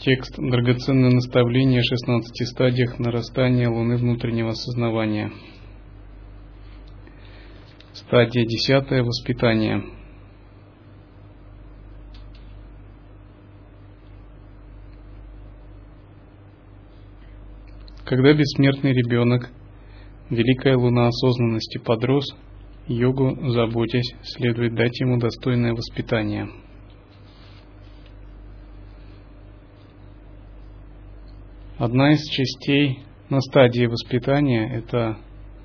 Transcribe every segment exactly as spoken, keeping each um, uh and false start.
Текст «Драгоценное наставление о шестнадцати стадиях нарастания Луны внутреннего сознавания». Стадия десятая. Воспитание. Когда бессмертный ребенок, великая луна осознанности, подрос, йогу, заботясь, следует дать ему достойное воспитание. Одна из частей на стадии воспитания – это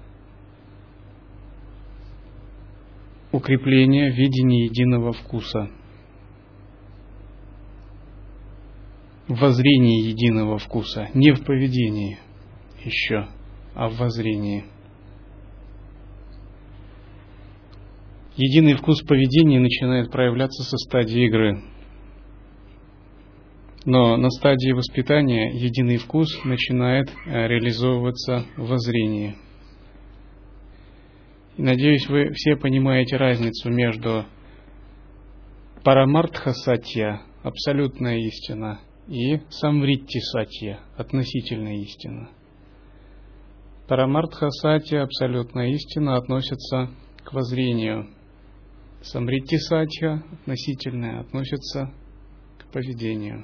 укрепление видения единого вкуса, воззрение единого вкуса, не в поведении еще, а в воззрении. Единый вкус поведения начинает проявляться со стадии игры. Но на стадии воспитания единый вкус начинает реализовываться в воззрении. И, надеюсь, вы все понимаете разницу между парамартха сатья, абсолютная истина, и самвритти сатья, относительная истина. Парамартха сатья, абсолютная истина, относится к воззрению. Самвритти сатья, относительная, относится к поведению.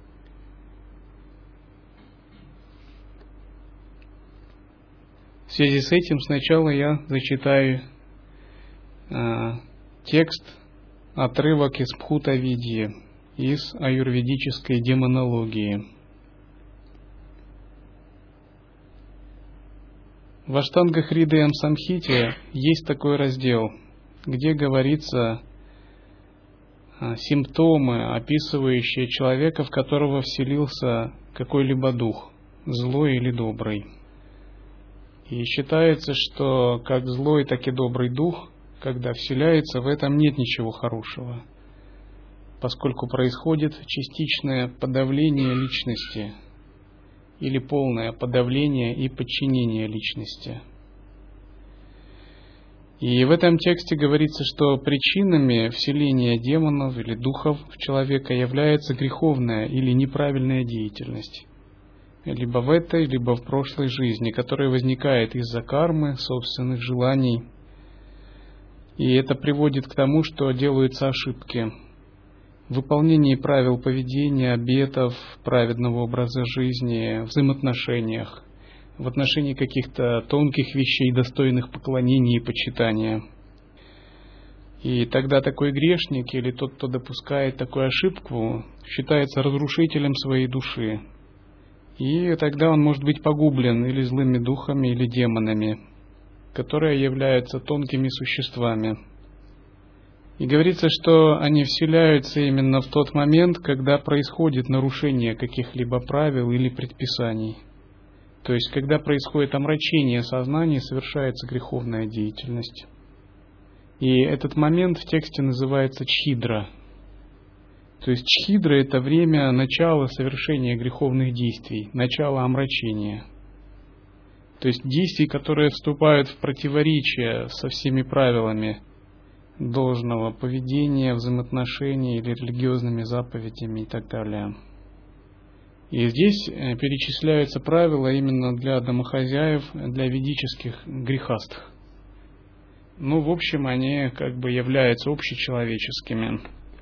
В связи с этим сначала я зачитаю э, текст, отрывок из Бхута-видьи, из аюрведической демонологии. В Аштанга-хридаям-самхите есть такой раздел, где говорится э, симптомы, описывающие человека, в которого вселился какой-либо дух, злой или добрый. И считается, что как злой, так и добрый дух, когда вселяется, в этом нет ничего хорошего, поскольку происходит частичное подавление личности или полное подавление и подчинение личности. И в этом тексте говорится, что причинами вселения демонов или духов в человека является греховная или неправильная деятельность. Либо в этой, либо в прошлой жизни, которая возникает из-за кармы, собственных желаний. И это приводит к тому, что делаются ошибки в выполнении правил поведения, обетов, праведного образа жизни, взаимоотношениях, в отношении каких-то тонких вещей, достойных поклонения и почитания. И тогда такой грешник или тот, кто допускает такую ошибку, считается разрушителем своей души. И тогда он может быть погублен или злыми духами, или демонами, которые являются тонкими существами. И говорится, что они вселяются именно в тот момент, когда происходит нарушение каких-либо правил или предписаний. То есть, когда происходит омрачение сознания, совершается греховная деятельность. И этот момент в тексте называется чхидра. То есть чхидра – это время начала совершения греховных действий, начала омрачения. То есть действий, которые вступают в противоречие со всеми правилами должного поведения, взаимоотношений или религиозными заповедями и так далее. И здесь перечисляются правила именно для домохозяев, для ведических грехастх. Ну, в общем, они как бы являются общечеловеческими.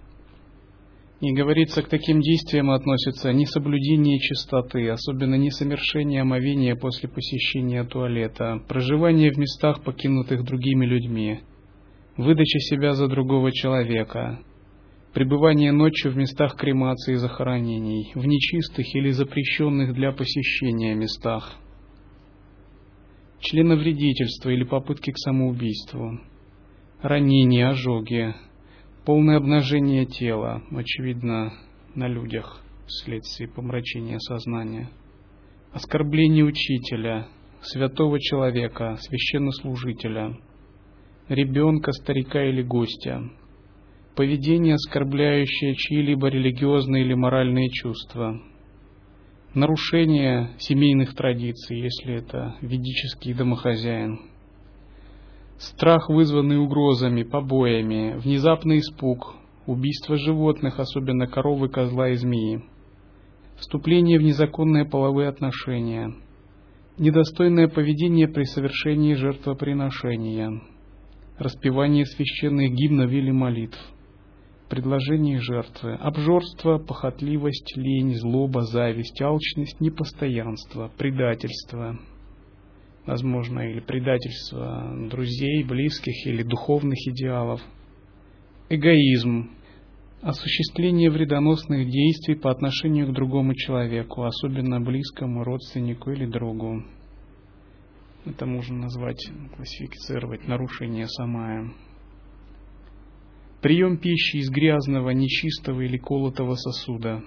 И говорится, к таким действиям относятся несоблюдение чистоты, особенно несовершение омовения после посещения туалета, проживание в местах, покинутых другими людьми, выдача себя за другого человека, пребывание ночью в местах кремации и захоронений, в нечистых или запрещенных для посещения местах, членовредительство или попытки к самоубийству, ранения, ожоги, полное обнажение тела, очевидно, на людях вследствие помрачения сознания, оскорбление учителя, святого человека, священнослужителя, ребенка, старика или гостя, поведение, оскорбляющее чьи-либо религиозные или моральные чувства, нарушение семейных традиций, если это ведический домохозяин, страх, вызванный угрозами, побоями, внезапный испуг, убийство животных, особенно коровы, козла и змеи, вступление в незаконные половые отношения, недостойное поведение при совершении жертвоприношения, распевание священных гимнов или молитв, предложение жертвы, обжорство, похотливость, лень, злоба, зависть, алчность, непостоянство, предательство, возможно, или предательство друзей, близких или духовных идеалов, эгоизм, осуществление вредоносных действий по отношению к другому человеку, особенно близкому, родственнику или другу. Это можно назвать, классифицировать нарушение самая. Прием пищи из грязного, нечистого или колотого сосуда.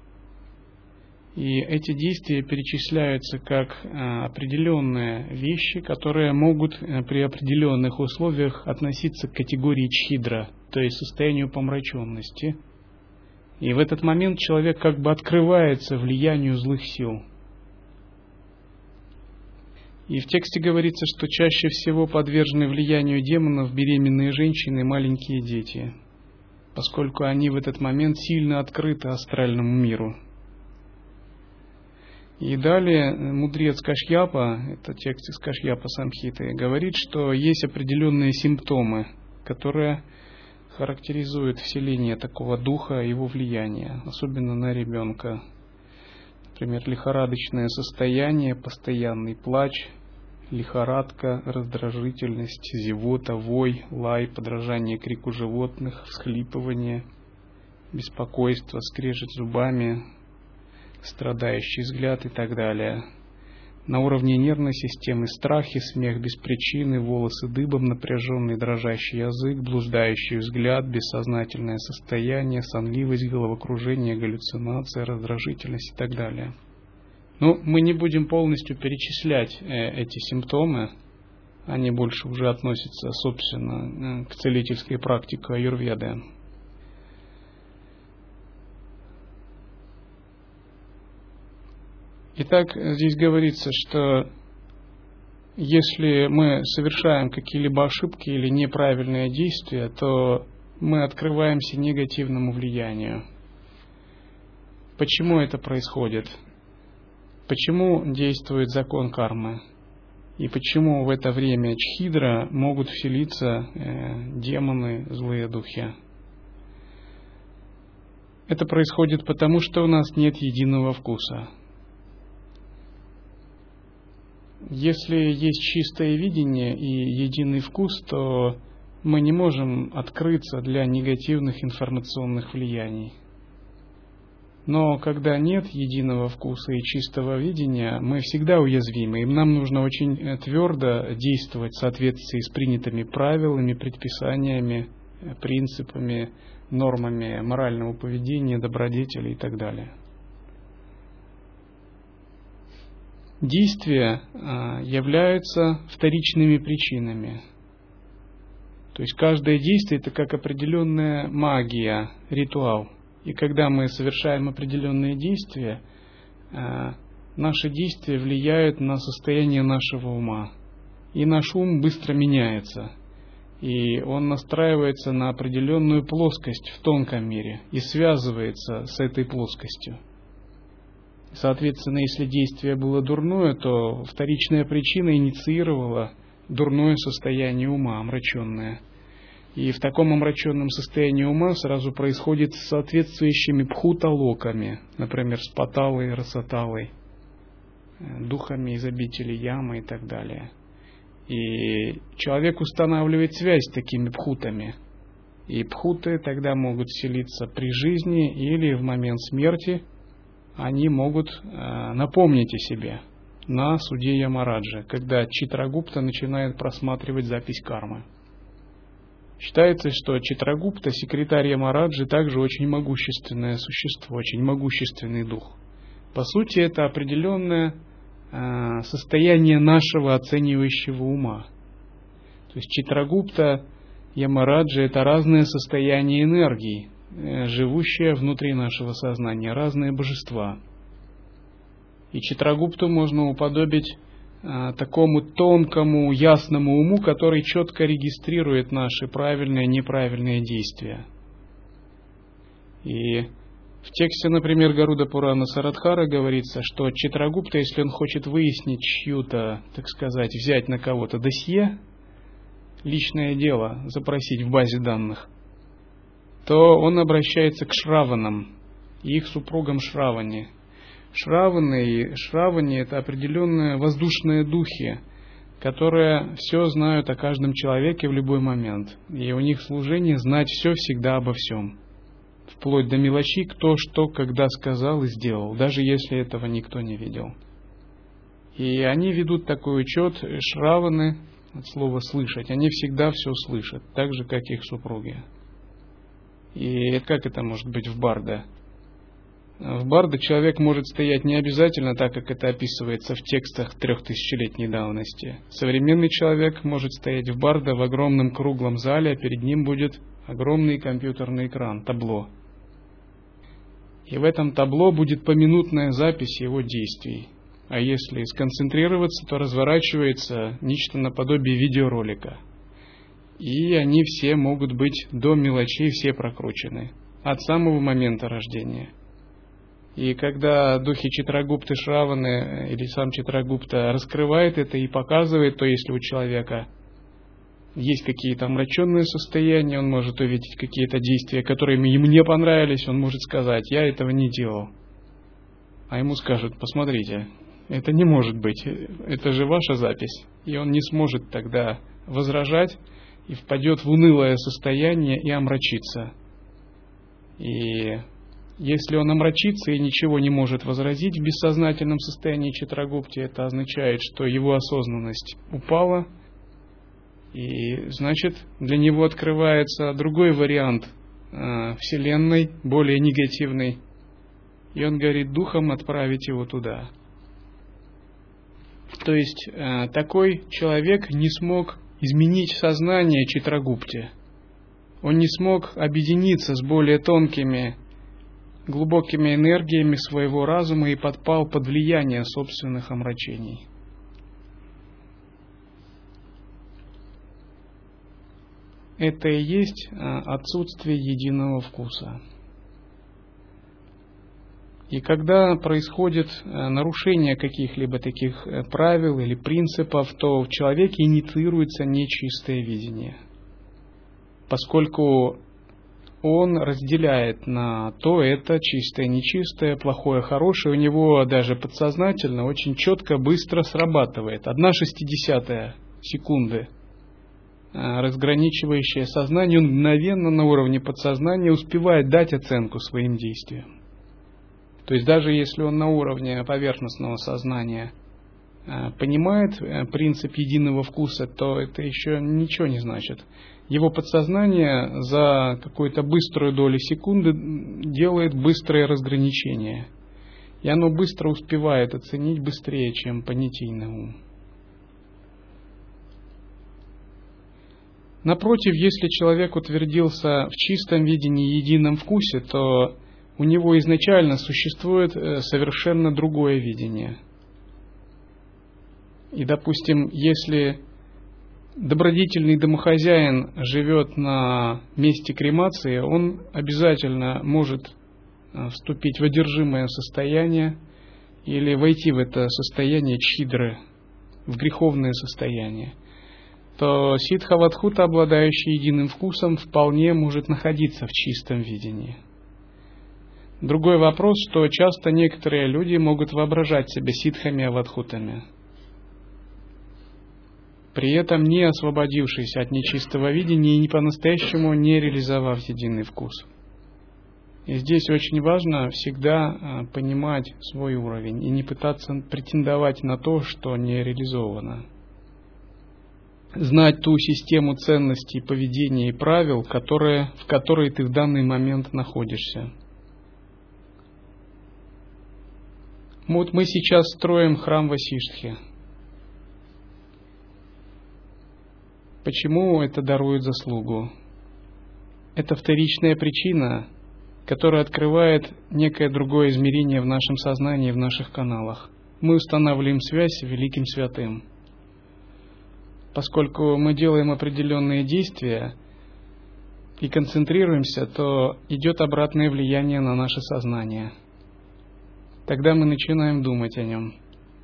И эти действия перечисляются как определенные вещи, которые могут при определенных условиях относиться к категории чхидра, то есть состоянию помраченности. И в этот момент человек как бы открывается влиянию злых сил. И в тексте говорится, что чаще всего подвержены влиянию демонов беременные женщины и маленькие дети, поскольку они в этот момент сильно открыты астральному миру. И далее мудрец Кашьяпа, это текст из Кашьяпа Самхиты, говорит, что есть определенные симптомы, которые характеризуют вселение такого духа и его влияние, особенно на ребенка. Например, лихорадочное состояние, постоянный плач, лихорадка, раздражительность, зевота, вой, лай, подражание крику животных, всхлипывание, беспокойство, скрежет зубами, страдающий взгляд и так далее. На уровне нервной системы страхи, смех без причины, волосы дыбом, напряженный дрожащий язык, блуждающий взгляд, бессознательное состояние, сонливость, головокружение, галлюцинация, раздражительность и так далее. Ну, мы не будем полностью перечислять э, эти симптомы, они больше уже относятся, собственно, к целительской практике аюрведы. Итак, здесь говорится, что если мы совершаем какие-либо ошибки или неправильные действия, то мы открываемся негативному влиянию. Почему это происходит? Почему действует закон кармы? И почему в это время чхидра могут вселиться э, демоны, злые духи? Это происходит потому, что у нас нет единого вкуса. Если есть чистое видение и единый вкус, то мы не можем открыться для негативных информационных влияний. Но когда нет единого вкуса и чистого видения, мы всегда уязвимы, и нам нужно очень твердо действовать в соответствии с принятыми правилами, предписаниями, принципами, нормами морального поведения, добродетели и так далее. Действия являются вторичными причинами. То есть каждое действие – это как определенная магия, ритуал. И когда мы совершаем определенные действия, наши действия влияют на состояние нашего ума. И наш ум быстро меняется. И он настраивается на определенную плоскость в тонком мире и связывается с этой плоскостью. Соответственно, если действие было дурное, то вторичная причина инициировала дурное состояние ума, омраченное. И в таком омраченном состоянии ума сразу происходит с соответствующими пхуталоками, например, с паталой, расаталой, духами из обители ямы и так далее. И человек устанавливает связь с такими пхутами. И пхуты тогда могут вселиться при жизни или в момент смерти. Они могут э, напомнить о себе на суде Ямараджи, когда Читрагупта начинает просматривать запись кармы. Считается, что Читрагупта, секретарь Ямараджи, также очень могущественное существо, очень могущественный дух. По сути, это определенное э, состояние нашего оценивающего ума. То есть Читрагупта, Ямараджи – это разные состояния энергии, живущие внутри нашего сознания, разные божества. И Читрагупту можно уподобить а, такому тонкому, ясному уму, который четко регистрирует наши правильные и неправильные действия. И В тексте, например, Гаруда Пурана Сарадхара говорится, что Читрагупта, если он хочет выяснить чью-то, так сказать, взять на кого-то досье, личное дело запросить в базе данных, то он обращается к Шраванам и их супругам Шравани. Шраваны и Шравани – это определенные воздушные духи, которые все знают о каждом человеке в любой момент. И у них служение знать все всегда обо всем. Вплоть до мелочей, кто что когда сказал и сделал, даже если этого никто не видел. И они ведут такой учет, Шраваны, от слова «слышать», они всегда все слышат, так же, как их супруги. И как это может быть в барда? В барда человек может стоять не обязательно так, как это описывается в текстах трехтысячелетней давности. Современный человек может стоять в барда в огромном круглом зале, а перед ним будет огромный компьютерный экран, табло. И в этом табло будет поминутная запись его действий. А если сконцентрироваться, то разворачивается нечто наподобие видеоролика. И они все могут быть до мелочей все прокручены, от самого момента рождения. И когда духи Читрагупты, Шраваны или сам Читрагупта раскрывает это и показывает, то если у человека есть какие-то омраченные состояния, он может увидеть какие-то действия, которые ему не понравились, он может сказать: «Я этого не делал». А ему скажут: «Посмотрите, это не может быть, это же ваша запись». И он не сможет тогда возражать и впадет в унылое состояние и омрачится. И если он омрачится и ничего не может возразить в бессознательном состоянии Читрагупти, это означает, что его осознанность упала, и значит для него открывается другой вариант э, Вселенной, более негативный, и он говорит духом отправить его туда. То есть э, такой человек не смог изменить сознание Читрагупти, он не смог объединиться с более тонкими, глубокими энергиями своего разума и подпал под влияние собственных омрачений. Это и есть отсутствие единого вкуса. И когда происходит нарушение каких-либо таких правил или принципов, то в человеке инициируется нечистое видение, поскольку он разделяет на то, это чистое, нечистое, плохое, хорошее. У него даже подсознательно очень четко, быстро срабатывает. Одна шестидесятая секунды, разграничивающее сознание, он мгновенно на уровне подсознания успевает дать оценку своим действиям. То есть даже если он на уровне поверхностного сознания понимает принцип единого вкуса, то это еще ничего не значит. Его подсознание за какую-то быструю долю секунды делает быстрое разграничение. И оно быстро успевает оценить быстрее, чем понятийный ум. Напротив, если человек утвердился в чистом видении, едином вкусе, то у него изначально существует совершенно другое видение. И, допустим, если добродетельный домохозяин живет на месте кремации, он обязательно может вступить в одержимое состояние или войти в это состояние чидры, в греховное состояние, то ситхавадхута, обладающий единым вкусом, вполне может находиться в чистом видении. Другой вопрос, что часто некоторые люди могут воображать себя ситхами-авадхутами, при этом не освободившись от нечистого видения и не по-настоящему не реализовав единый вкус. И здесь очень важно всегда понимать свой уровень и не пытаться претендовать на то, что не реализовано. Знать ту систему ценностей, поведения и правил, которые, в которой ты в данный момент находишься. Вот мы сейчас строим храм Васиштхи. Почему это дарует заслугу? Это вторичная причина, которая открывает некое другое измерение в нашем сознании, в наших каналах. Мы устанавливаем связь с Великим Святым. Поскольку мы делаем определенные действия, и концентрируемся, то идет обратное влияние на наше сознание. Тогда мы начинаем думать о нем.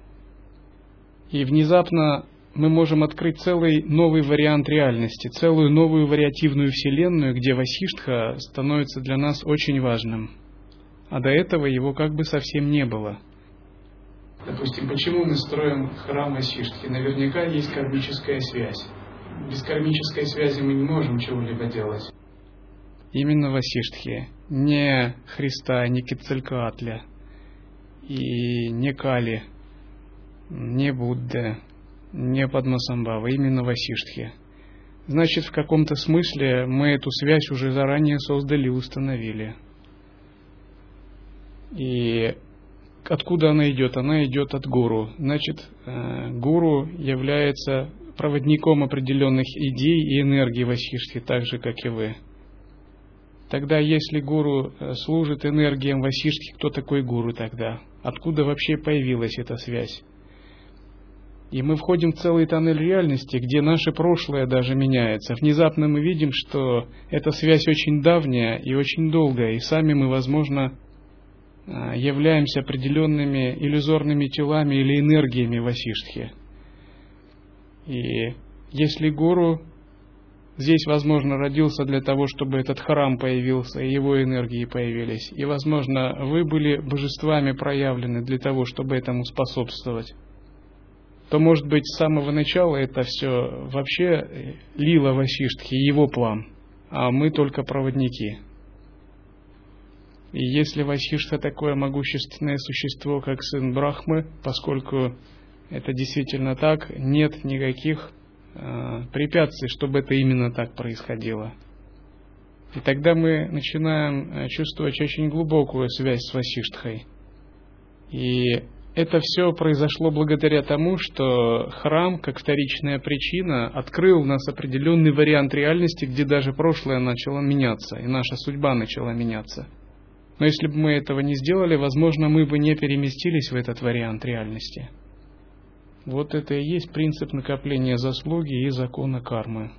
И внезапно мы можем открыть целый новый вариант реальности, целую новую вариативную вселенную, где Васиштха становится для нас очень важным. А до этого его как бы совсем не было. Допустим, почему мы строим храм Васиштхи? Наверняка есть кармическая связь. Без кармической связи мы не можем чего-либо делать. Именно Васиштхи, не Христа, не Кецалькоатля, и не Кали, не Будда, не Падмасамбхава, именно Васиштхи. Значит, в каком-то смысле мы эту связь уже заранее создали и установили. И откуда она идет? Она идет от гуру. Значит, гуру является проводником определенных идей и энергий Васиштхи, так же, как и вы. Тогда, если гуру служит энергиям Васиштхи, кто такой гуру тогда? Откуда вообще появилась эта связь? И мы входим в целый тоннель реальности, где наше прошлое даже меняется. Внезапно мы видим, что эта связь очень давняя и очень долгая, и сами мы, возможно, являемся определенными иллюзорными телами или энергиями Васиштхи. И если гуру здесь, возможно, родился для того, чтобы этот храм появился, и его энергии появились, и, возможно, вы были божествами проявлены для того, чтобы этому способствовать, то, может быть, с самого начала это все вообще лила Васиштхи, его план, а мы только проводники. И если Васиштха такое могущественное существо, как сын Брахмы, поскольку это действительно так, нет никаких э, препятствий, чтобы это именно так происходило. И тогда мы начинаем чувствовать очень глубокую связь с Васиштхой. И это все произошло благодаря тому, что храм, как вторичная причина, открыл в нас определенный вариант реальности, где даже прошлое начало меняться, и наша судьба начала меняться. Но если бы мы этого не сделали, возможно, мы бы не переместились в этот вариант реальности. Вот это и есть принцип накопления заслуги и закона кармы.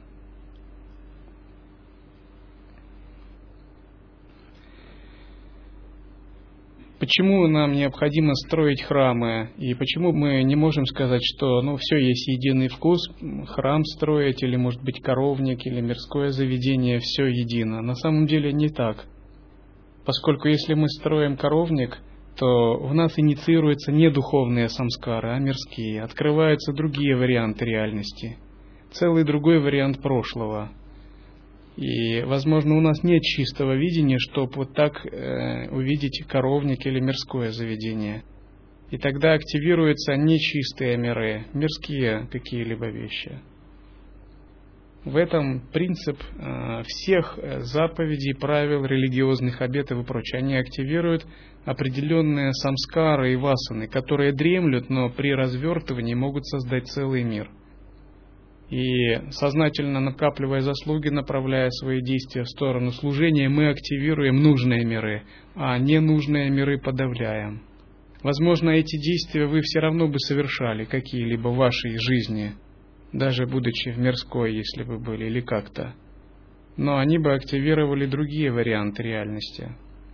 Почему нам необходимо строить храмы? И почему мы не можем сказать, что ну, все есть единый вкус, храм строить, или, может быть, коровник, или мирское заведение, все едино? На самом деле не так. Поскольку если мы строим коровник, то в нас инициируются не духовные самскары, а мирские. Открываются другие варианты реальности. Целый другой вариант прошлого. И, возможно, у нас нет чистого видения, чтобы вот так э, увидеть коровник или мирское заведение. И тогда активируются нечистые миры, мирские какие-либо вещи. В этом принцип э, всех заповедей, правил, религиозных обетов и прочее. Они активируют определенные самскары и васаны, которые дремлют, но при развертывании могут создать целый мир. И сознательно накапливая заслуги, направляя свои действия в сторону служения, мы активируем нужные миры, а ненужные миры подавляем. Возможно, эти действия вы все равно бы совершали какие-либо в вашей жизни, даже будучи в мирской, если бы были, или как-то. Но они бы активировали другие варианты реальности.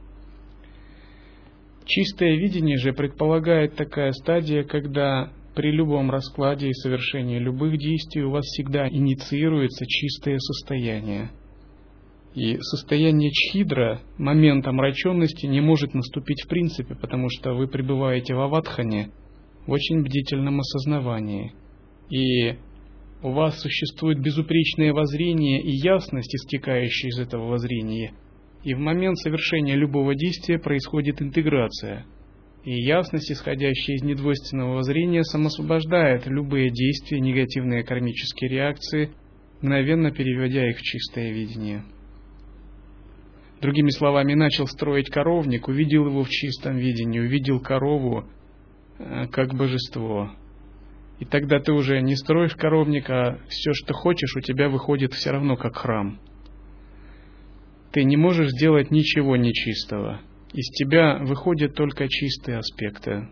Чистое видение же предполагает такая стадия, когда при любом раскладе и совершении любых действий у вас всегда инициируется чистое состояние. И состояние чхидра, момент омраченности, не может наступить в принципе, потому что вы пребываете в авадхане, в очень бдительном осознавании. И у вас существует безупречное воззрение и ясность, истекающая из этого воззрения. И в момент совершения любого действия происходит интеграция. И ясность, исходящая из недвойственного воззрения, самосвобождает любые действия, негативные кармические реакции, мгновенно переводя их в чистое видение. Другими словами, начал строить коровник, увидел его в чистом видении, увидел корову э, как божество. И тогда ты уже не строишь коровник, а все, что хочешь, у тебя выходит все равно как храм. Ты не можешь сделать ничего нечистого. Из тебя выходят только чистые аспекты.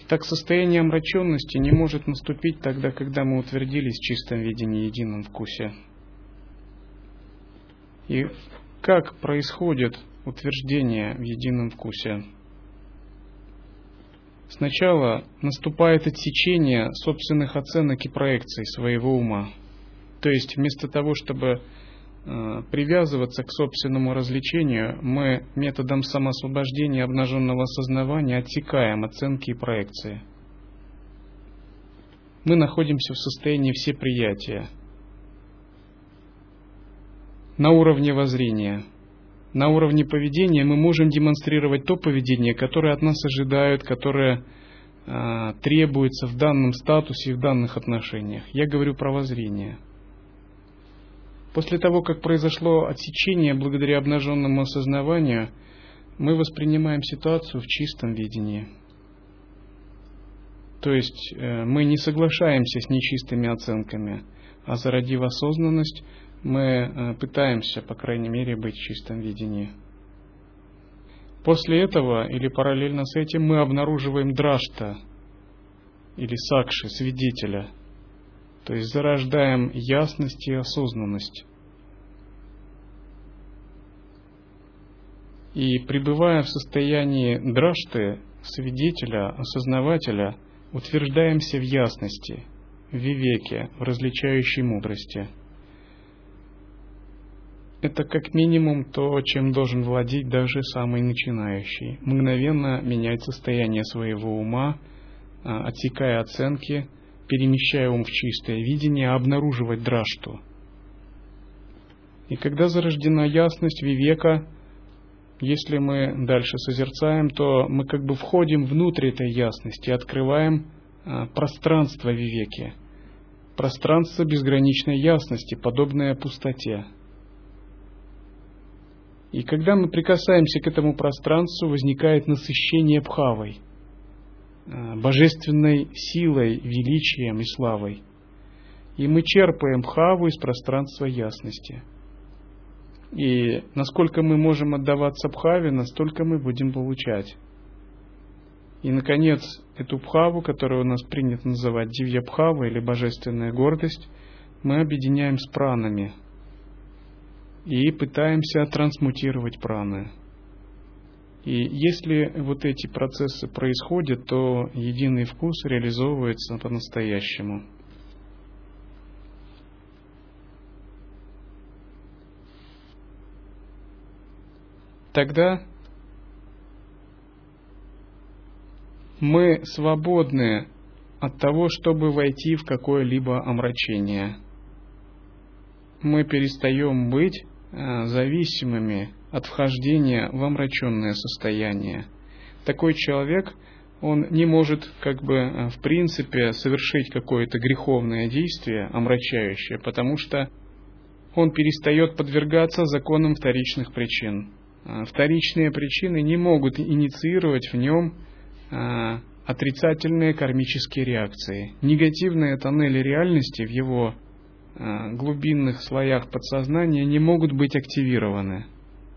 Так состояние омраченности не может наступить тогда, когда мы утвердились в чистом видении, едином вкусе. И как происходит утверждение в едином вкусе? Сначала наступает отсечение собственных оценок и проекций своего ума. То есть вместо того, чтобы э, привязываться к собственному развлечению, мы методом самоосвобождения обнаженного сознавания отсекаем оценки и проекции. Мы находимся в состоянии всеприятия. На уровне воззрения. На уровне поведения мы можем демонстрировать то поведение, которое от нас ожидают, которое э, требуется в данном статусе и в данных отношениях. Я говорю про воззрение. После того, как произошло отсечение благодаря обнаженному осознаванию, мы воспринимаем ситуацию в чистом видении. То есть э, мы не соглашаемся с нечистыми оценками, а зародив осознанность, мы пытаемся, по крайней мере, быть в чистом видении. После этого, или параллельно с этим, мы обнаруживаем драштха, или сакши, свидетеля. То есть зарождаем ясность и осознанность. И пребывая в состоянии драшты, свидетеля, осознавателя, утверждаемся в ясности, в вивеке, в различающей мудрости. Это как минимум то, чем должен владеть даже самый начинающий. Мгновенно менять состояние своего ума, отсекая оценки, перемещая ум в чистое видение, обнаруживать драшту. И когда зарождена ясность вивека, если мы дальше созерцаем, то мы как бы входим внутрь этой ясности, открываем пространство вивеки. Пространство безграничной ясности, подобное пустоте. И когда мы прикасаемся к этому пространству, возникает насыщение бхавой, божественной силой, величием и славой. И мы черпаем бхаву из пространства ясности. И насколько мы можем отдаваться бхаве, настолько мы будем получать. И, наконец, эту бхаву, которую у нас принято называть дивья-бхава или божественная гордость, мы объединяем с пранами и пытаемся трансмутировать праны. И если вот эти процессы происходят, то единый вкус реализовывается по-настоящему. Тогда мы свободны от того, чтобы войти в какое-либо омрачение. Мы перестаем быть зависимыми от вхождения в омраченное состояние. Такой человек, он не может, как бы, в принципе, совершить какое-то греховное действие, омрачающее, потому что он перестает подвергаться законам вторичных причин. Вторичные причины не могут инициировать в нем отрицательные кармические реакции. Негативные тоннели реальности в его глубинных слоях подсознания не могут быть активированы.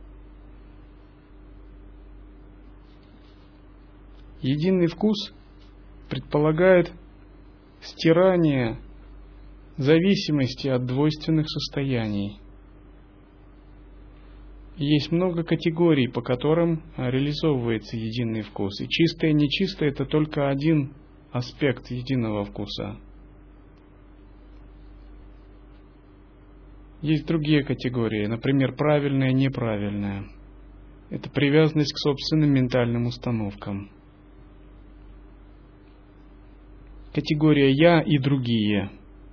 Единый вкус предполагает стирание зависимости от двойственных состояний. Есть много категорий, по которым реализовывается единый вкус. И чистое и нечистое – это только один аспект единого вкуса. Есть другие категории, например, правильное и неправильное. Это привязанность к собственным ментальным установкам. Категория «я» и другие.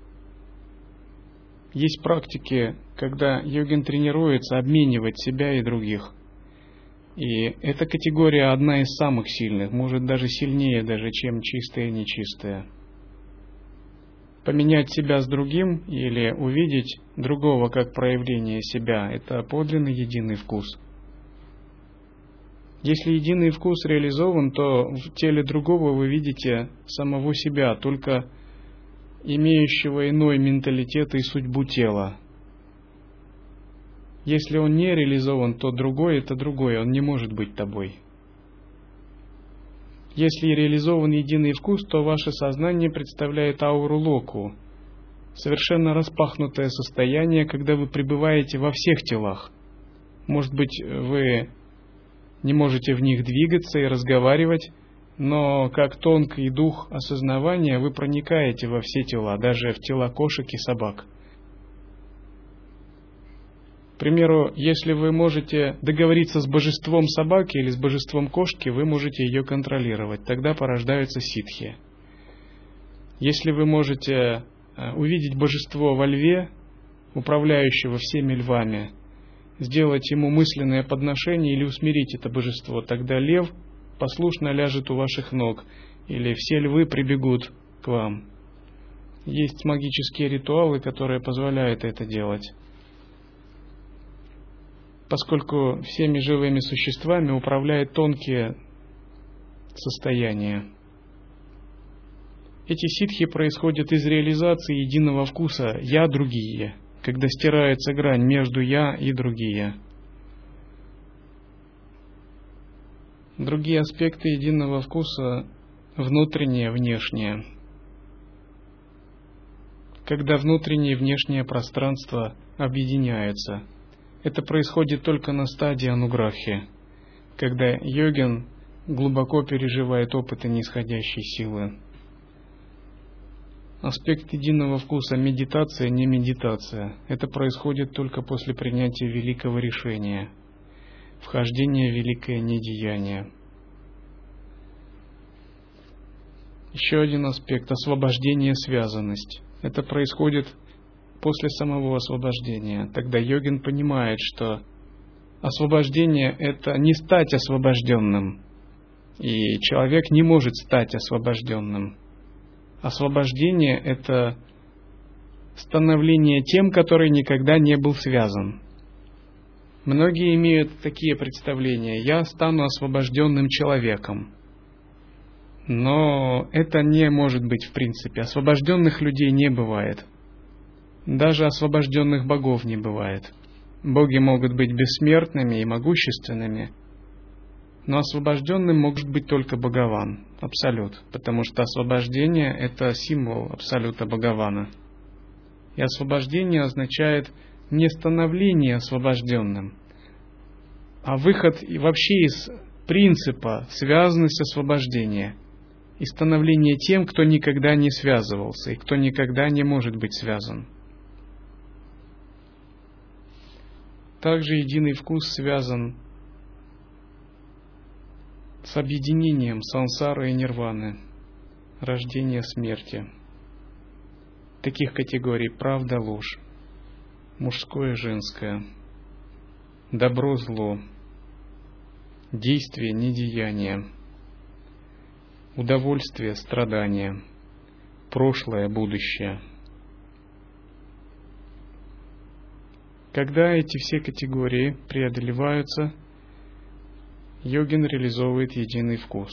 Есть практики, когда йогин тренируется обменивать себя и других. И эта категория одна из самых сильных, может даже сильнее, даже чем чистое и нечистое. Поменять себя с другим или увидеть другого как проявление себя – это подлинный единый вкус. Если единый вкус реализован, то в теле другого вы видите самого себя, только имеющего иной менталитет и судьбу тела. Если он не реализован, то другой – это другой, он не может быть тобой. Если реализован единый вкус, то ваше сознание представляет ауру локу, совершенно распахнутое состояние, когда вы пребываете во всех телах. Может быть, вы не можете в них двигаться и разговаривать, но как тонкий дух осознавания вы проникаете во все тела, даже в тела кошек и собак. К примеру, если вы можете договориться с божеством собаки или с божеством кошки, вы можете ее контролировать, тогда порождаются ситхи. Если вы можете увидеть божество во льве, управляющего всеми львами, сделать ему мысленное подношение или усмирить это божество, тогда лев послушно ляжет у ваших ног, или все львы прибегут к вам. Есть магические ритуалы, которые позволяют это делать. Поскольку всеми живыми существами управляют тонкие состояния. Эти ситхи происходят из реализации единого вкуса «я» другие, когда стирается грань между «я» и другие. Другие аспекты единого вкуса – внутреннее, внешнее. Когда внутреннее и внешнее пространство объединяются. Это происходит только на стадии ануграхи, когда йогин глубоко переживает опыты нисходящей силы. Аспект единого вкуса – медитация, не медитация. Это происходит только после принятия великого решения, вхождения в великое недеяние. Еще один аспект – освобождение, связанность. Это происходит после самого освобождения. Тогда йогин понимает, что освобождение – это не стать освобожденным, и человек не может стать освобожденным. Освобождение – это становление тем, который никогда не был связан. Многие имеют такие представления: «Я стану освобожденным человеком». Но это не может быть в принципе. Освобожденных людей не бывает. Даже освобожденных богов не бывает. Боги могут быть бессмертными и могущественными, но освобожденным может быть только Бхагаван, Абсолют, потому что освобождение – это символ Абсолюта Бхагавана. И освобождение означает не становление освобожденным, а выход и вообще из принципа связанность освобождения и становление тем, кто никогда не связывался и кто никогда не может быть связан. Также единый вкус связан с объединением сансары и нирваны, рождения, смерти. Таких категорий: правда, ложь, мужское, женское, добро, зло, действие, недеяние, удовольствие, страдание, прошлое, будущее. Когда эти все категории преодолеваются, йогин реализовывает единый вкус.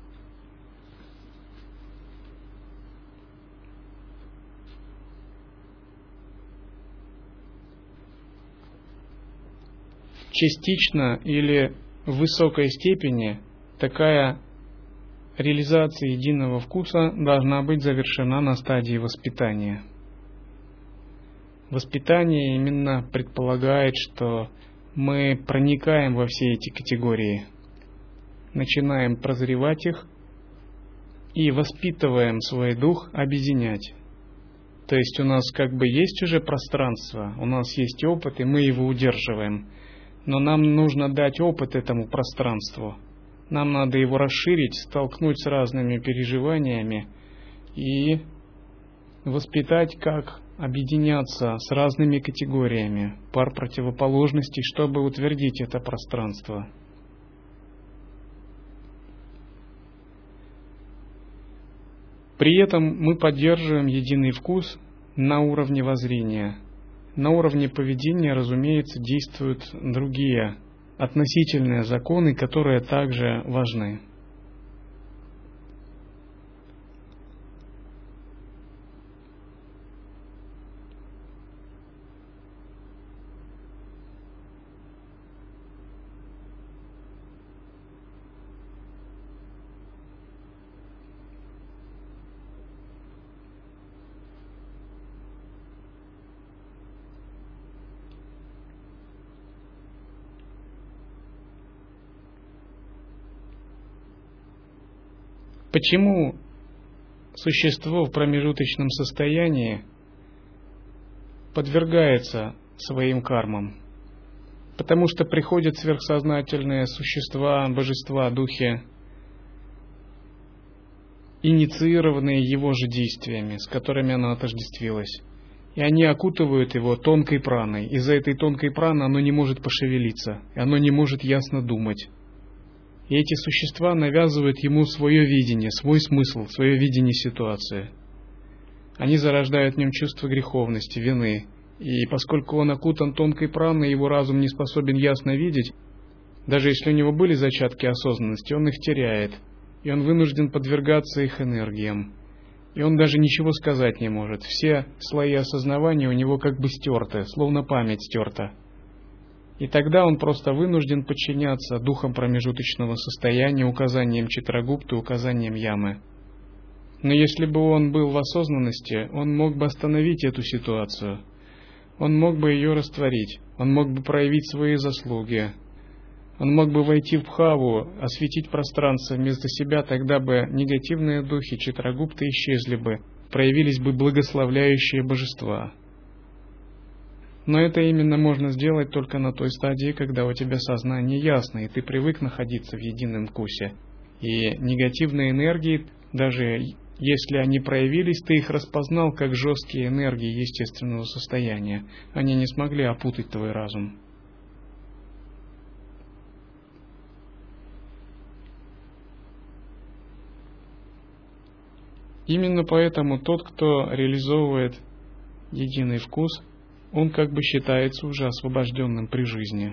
Частично или в высокой степени такая реализация единого вкуса должна быть завершена на стадии воспитания. Воспитание именно предполагает, что мы проникаем во все эти категории, начинаем прозревать их и воспитываем свой дух объединять. То есть у нас как бы есть уже пространство, у нас есть опыт, и мы его удерживаем. Но нам нужно дать опыт этому пространству. Нам надо его расширить, столкнуть с разными переживаниями и воспитать, как объединяться с разными категориями пар противоположностей, чтобы утвердить это пространство. При этом мы поддерживаем единый вкус на уровне воззрения. На уровне поведения, разумеется, действуют другие относительные законы, которые также важны. Почему существо в промежуточном состоянии подвергается своим кармам? Потому что приходят сверхсознательные существа, божества, духи, инициированные его же действиями, с которыми оно отождествилось. И они окутывают его тонкой праной. Из-за этой тонкой праны оно не может пошевелиться, и оно не может ясно думать. И эти существа навязывают ему свое видение, свой смысл, свое видение ситуации. Они зарождают в нем чувство греховности, вины. И поскольку он окутан тонкой праной, его разум не способен ясно видеть, даже если у него были зачатки осознанности, он их теряет. И он вынужден подвергаться их энергиям. И он даже ничего сказать не может. Все слои осознавания у него как бы стерты, словно память стерта. И тогда он просто вынужден подчиняться духам промежуточного состояния, указаниям Читрагупты, указаниям Ямы. Но если бы он был в осознанности, он мог бы остановить эту ситуацию. Он мог бы ее растворить. Он мог бы проявить свои заслуги. Он мог бы войти в бхаву, осветить пространство вместо себя, тогда бы негативные духи Читрагупты исчезли бы, проявились бы благословляющие божества. Но это именно можно сделать только на той стадии, когда у тебя сознание ясно, и ты привык находиться в едином вкусе. И негативные энергии, даже если они проявились, ты их распознал как жесткие энергии естественного состояния. Они не смогли опутать твой разум. Именно поэтому тот, кто реализовывает единый вкус, он как бы считается уже освобожденным при жизни.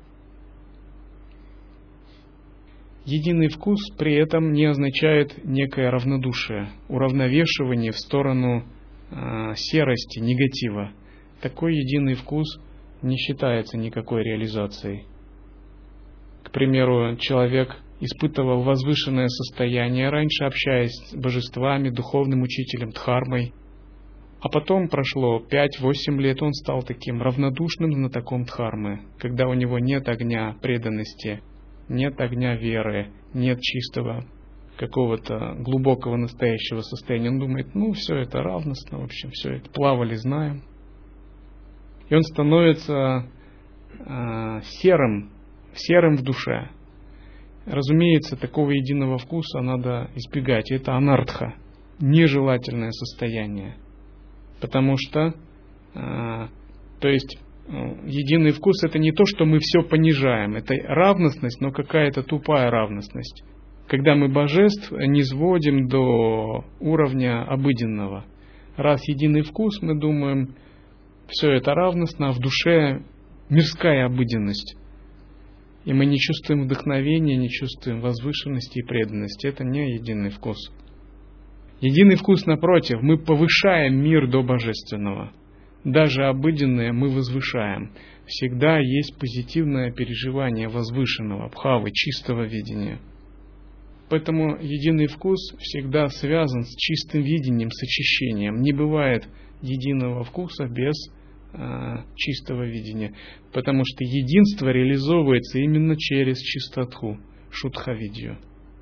Единый вкус при этом не означает некое равнодушие, уравновешивание в сторону э, серости, негатива. Такой единый вкус не считается никакой реализацией. К примеру, человек испытывал возвышенное состояние раньше, общаясь с божествами, духовным учителем, дхармой. А потом прошло пять-восемь лет, он стал таким равнодушным знатоком дхармы, когда у него нет огня преданности, нет огня веры, нет чистого какого-то глубокого настоящего состояния. Он думает, ну все это равностно, в общем, все это плавали, знаем. И он становится э, серым, серым в душе. Разумеется, такого единого вкуса надо избегать. Это анартха, нежелательное состояние. Потому что, э, то есть, э, единый вкус — это не то, что мы все понижаем. Это равностность, но какая-то тупая равностность. Когда мы божеств низводим до уровня обыденного. Раз единый вкус, мы думаем, все это равностно, а в душе мирская обыденность. И мы не чувствуем вдохновения, не чувствуем возвышенности и преданности. Это не единый вкус. Единый вкус, напротив, мы повышаем мир до божественного. Даже обыденное мы возвышаем. Всегда есть позитивное переживание возвышенного, бхавы, чистого видения. Поэтому единый вкус всегда связан с чистым видением, с очищением. Не бывает единого вкуса без чистого видения, потому что единство реализовывается именно через чистоту, шудха-видью.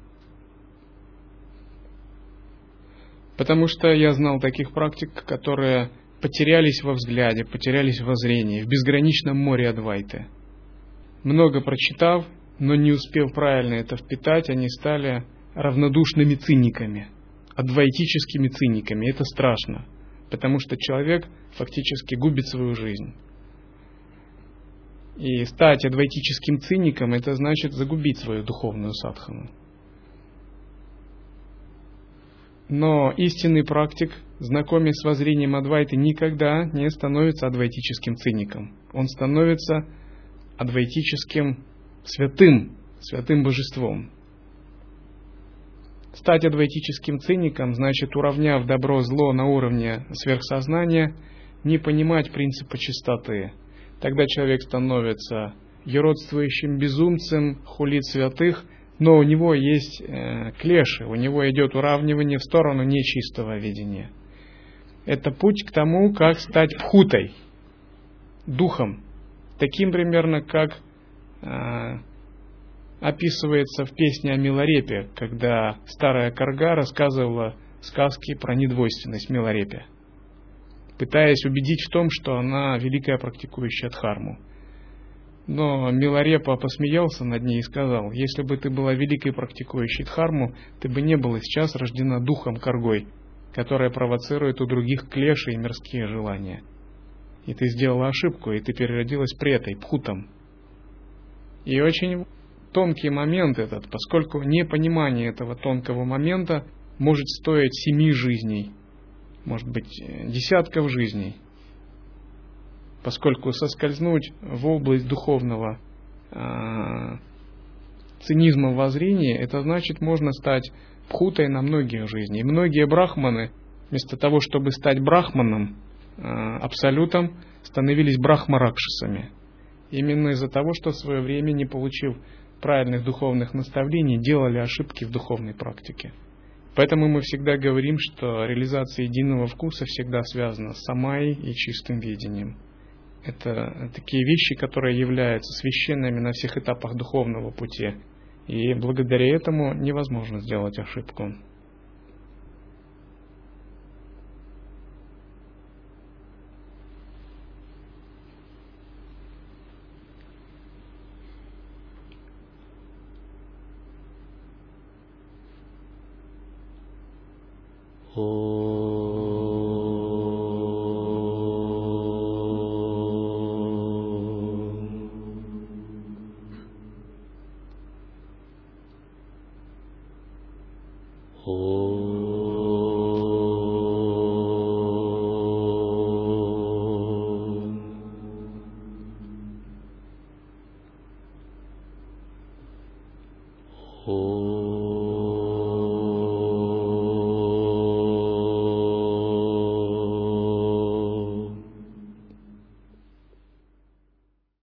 Потому что я знал таких практик, которые потерялись во взгляде, потерялись во зрении, в безграничном море адвайты. Много прочитав, но не успев правильно это впитать, они стали равнодушными циниками, адвайтическими циниками. Это страшно. Потому что человек фактически губит свою жизнь. И стать адвайтическим циником — это значит загубить свою духовную садхану. Но истинный практик, знакомясь с воззрением Адвайты, никогда не становится адвайтическим циником. Он становится адвайтическим святым, святым божеством. Стать адвайтическим циником значит, уравняв добро-зло на уровне сверхсознания, не понимать принципа чистоты. Тогда человек становится юродствующим безумцем, хулит святых, но у него есть э, клеши, у него идет уравнивание в сторону нечистого видения. Это путь к тому, как стать пхутой, духом, таким примерно, как э, описывается в песне о Миларепе, когда старая карга рассказывала сказки про недвойственность Миларепе, пытаясь убедить в том, что она великая практикующая дхарму. Но Миларепа посмеялся над ней и сказал: если бы ты была великой практикующей дхарму, ты бы не была сейчас рождена духом каргой, которая провоцирует у других клеши и мирские желания. И ты сделала ошибку, и ты переродилась претой, пхутом. И очень тонкий момент этот, поскольку непонимание этого тонкого момента может стоить семи жизней, может быть, десятков жизней. Поскольку соскользнуть в область духовного э, цинизма воззрения, это значит, можно стать пхутой на многих жизней. И многие брахманы, вместо того, чтобы стать брахманом, э, абсолютом, становились брахмаракшисами. Именно из-за того, что в свое время, не получив правильных духовных наставлений, делали ошибки в духовной практике. Поэтому мы всегда говорим, что реализация единого вкуса всегда связана с самайей и чистым видением. Это такие вещи, которые являются священными на всех этапах духовного пути. И благодаря этому невозможно сделать ошибку. О